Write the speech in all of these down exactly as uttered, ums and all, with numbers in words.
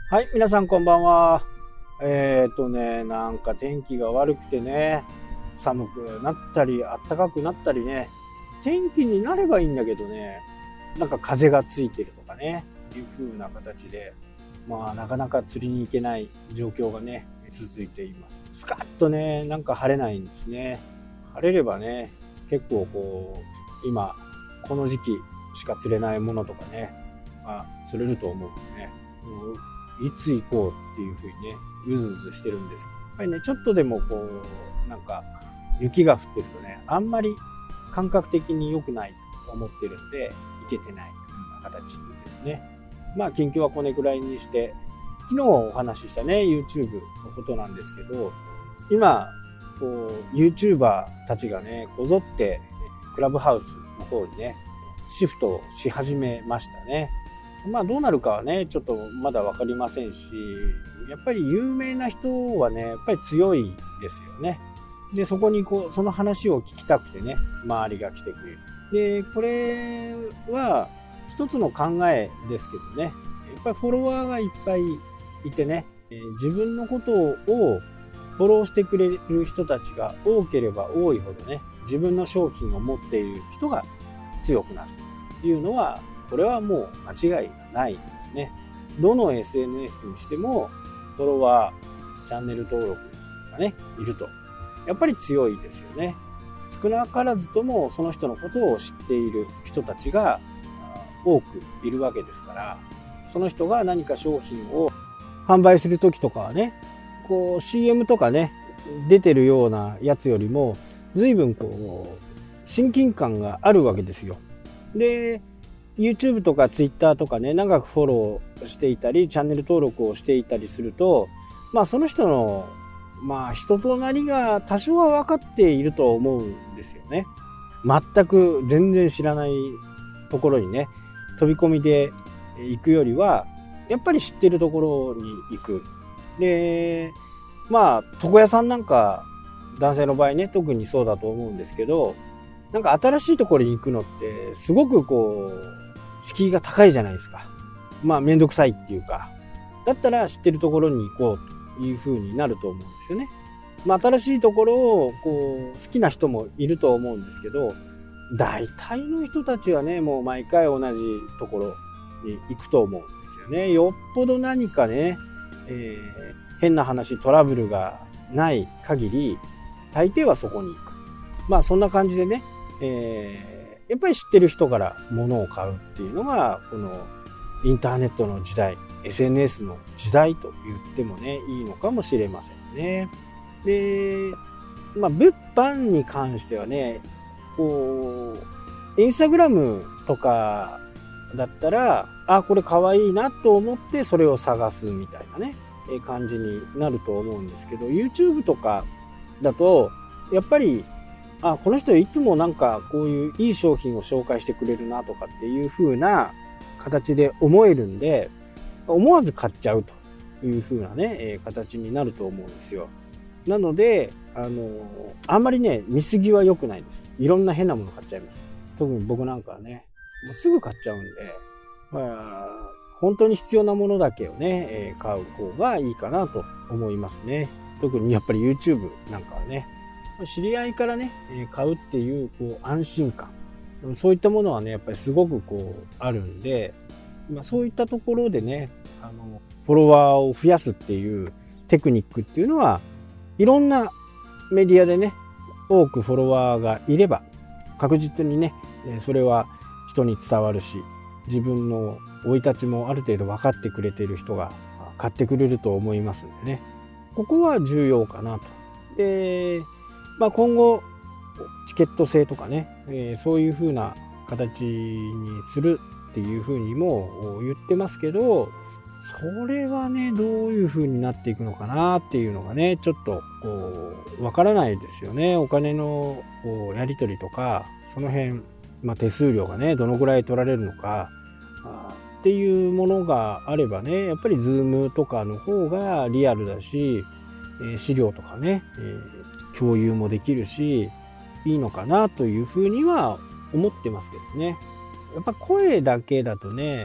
はい、皆さんこんばんは。えーとね、なんか天気が悪くてね、寒くなったり、暖かくなったりね、天気になればいいんだけどね、なんか風がついてるとかね、いう風な形で、まあなかなか釣りに行けない状況がね、続いています。スカッとね、なんか晴れないんですね。晴れればね、結構こう、今、この時期しか釣れないものとかね、まあ、釣れると思うんでね、いつ行こうっていう風にね、うずうずしてるんです。やっぱりね、ちょっとでもこう、なんか、雪が降ってるとね、あんまり感覚的に良くないと思ってるんで、行けてないような形ですね。まあ、近況はこれくらいにして、昨日お話ししたね、YouTube のことなんですけど、今、こう、YouTuber たちがね、こぞって、クラブハウスの方にね、シフトし始めましたね。まあどうなるかはね、ちょっとまだわかりませんし、やっぱり有名な人はね、やっぱり強いですよね。で、そこにこう、その話を聞きたくてね、周りが来てくれる。で、これは一つの考えですけどね、やっぱりフォロワーがいっぱいいてね、自分のことをフォローしてくれる人たちが多ければ多いほどね、自分の商品を持っている人が強くなるというのは、これはもう間違いないんですね。どの エスエヌエス にしてもフォロワー、チャンネル登録がね、いるとやっぱり強いですよね。少なからずともその人のことを知っている人たちが多くいるわけですから、その人が何か商品を販売する時とかはね、こう シーエム とかね、出てるようなやつよりも随分こう親近感があるわけですよ。で、YouTube とか Twitter とかね、長くフォローしていたり、チャンネル登録をしていたりすると、まあその人の、まあ人となりが多少は分かっていると思うんですよね。全く全然知らないところにね、飛び込みで行くよりは、やっぱり知ってるところに行く。で、まあ床屋さんなんか、男性の場合ね、特にそうだと思うんですけど、なんか新しいところに行くのってすごくこう敷居が高いじゃないですか。まあめんどくさいっていうか、だったら知ってるところに行こうという風になると思うんですよね。まあ新しいところをこう好きな人もいると思うんですけど、大体の人たちはね、もう毎回同じところに行くと思うんですよね。よっぽど何かね、えー、変な話、トラブルがない限り、大抵はそこに行く。まあそんな感じでね、えー、やっぱり知ってる人から物を買うっていうのがこのインターネットの時代、 エスエヌエス の時代と言ってもねいいのかもしれませんね。で、まあ物販に関してはね、こうインスタグラムとかだったら、あ、これ可愛いなと思ってそれを探すみたいなね感じになると思うんですけど、 YouTube とかだとやっぱり、あ、この人いつもなんかこういういい商品を紹介してくれるなとかっていう風な形で思えるんで、思わず買っちゃうという風なね、えー、形になると思うんですよ。なので、あのー、あんまりね、見過ぎは良くないです。いろんな変なもの買っちゃいます。特に僕なんかはね、もうすぐ買っちゃうんで、まあ、本当に必要なものだけをね、えー、買う方がいいかなと思いますね。特にやっぱり YouTube なんかはね、知り合いからね、買うっていうこう安心感、そういったものはね、やっぱりすごくこうあるんで、まあ、そういったところでね、あのフォロワーを増やすっていうテクニックっていうのは、いろんなメディアでね、多くフォロワーがいれば確実にね、それは人に伝わるし、自分の生い立ちもある程度分かってくれている人が買ってくれると思いますんでね、ここは重要かなと。で、まあ、今後チケット制とかね、えー、そういう風な形にするっていう風にも言ってますけど、それはね、どういう風になっていくのかなっていうのがね、ちょっとこうわからないですよね。お金のこうやり取りとか、その辺、まあ、手数料がねどのぐらい取られるのかっていうものがあればね、やっぱり Zoom とかの方がリアルだし、資料とかね、共有もできるし、いいのかなというふうには思ってますけどね。やっぱ声だけだとね、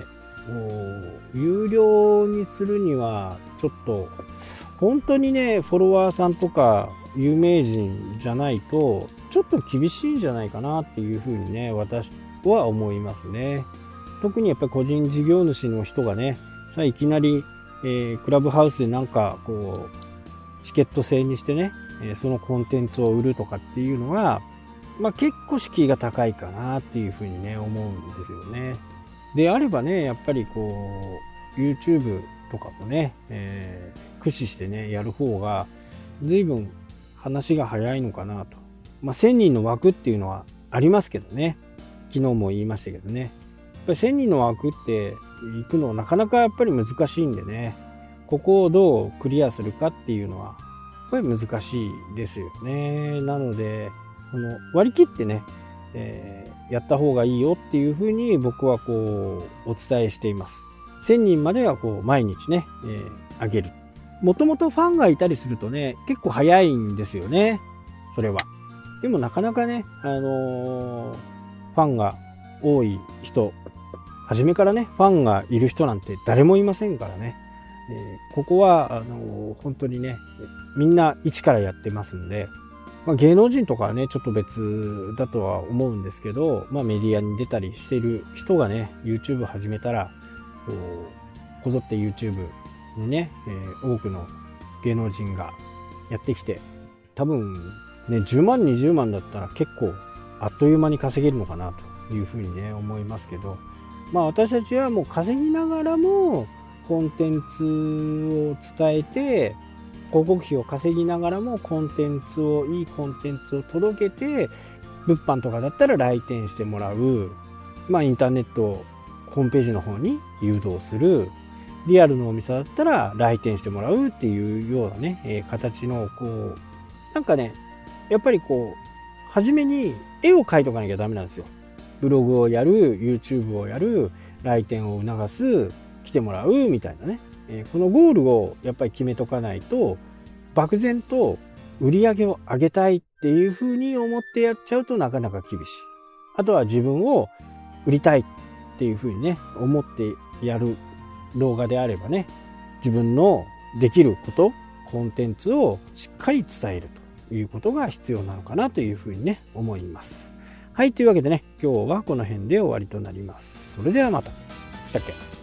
有料にするにはちょっと本当にねフォロワーさんとか有名人じゃないとちょっと厳しいんじゃないかなっていうふうにね私は思いますね。特にやっぱり個人事業主の人がねいきなり、えー、クラブハウスでなんかこうチケット制にしてねそのコンテンツを売るとかっていうのは、まあ、結構敷居が高いかなっていうふうにね思うんですよね。であればねやっぱりこう YouTube とかもね、えー、駆使してねやる方が随分話が早いのかなと。まあせんにんの枠っていうのはありますけどね、昨日も言いましたけどね、やっぱりせんにんの枠って行くのなかなかやっぱり難しいんでね、ここをどうクリアするかっていうのはやっぱり難しいですよね。なのでこの割り切ってね、えー、やった方がいいよっていうふうに僕はこうお伝えしています。せんにんまではこう毎日ね、えー、上げる。もともとファンがいたりするとね結構早いんですよね、それは。でもなかなかね、あのー、ファンが多い人、初めからねファンがいる人なんて誰もいませんからね、えー、ここはあのー、本当にねみんな一からやってますんで、まあ、芸能人とかはねちょっと別だとは思うんですけど、まあ、メディアに出たりしている人がね YouTube 始めたらこうこぞって YouTube にね、えー、多くの芸能人がやってきて、多分ねじゅうまんにじゅうまんだったら結構あっという間に稼げるのかなというふうにね思いますけど、まあ私たちはもう稼ぎながらもコンテンツを伝えて、広告費を稼ぎながらもコンテンツをいいコンテンツを届けて、物販とかだったら来店してもらう、まあインターネットホームページの方に誘導する、リアルのお店だったら来店してもらうっていうようなね、えー、形のこうなんかねやっぱりこう初めに絵を描いとかなきゃダメなんですよ。ブログをやる、 YouTube をやる、来店を促す、来てもらうみたいなね、えー、このゴールをやっぱり決めとかないと、漠然と売り上げを上げたいっていうふうに思ってやっちゃうとなかなか厳しい。あとは自分を売りたいっていうふうにね思ってやる動画であればね、自分のできること、コンテンツをしっかり伝えるということが必要なのかなというふうにね思います。はい、というわけでね今日はこの辺で終わりとなります。それではまた。したっけ。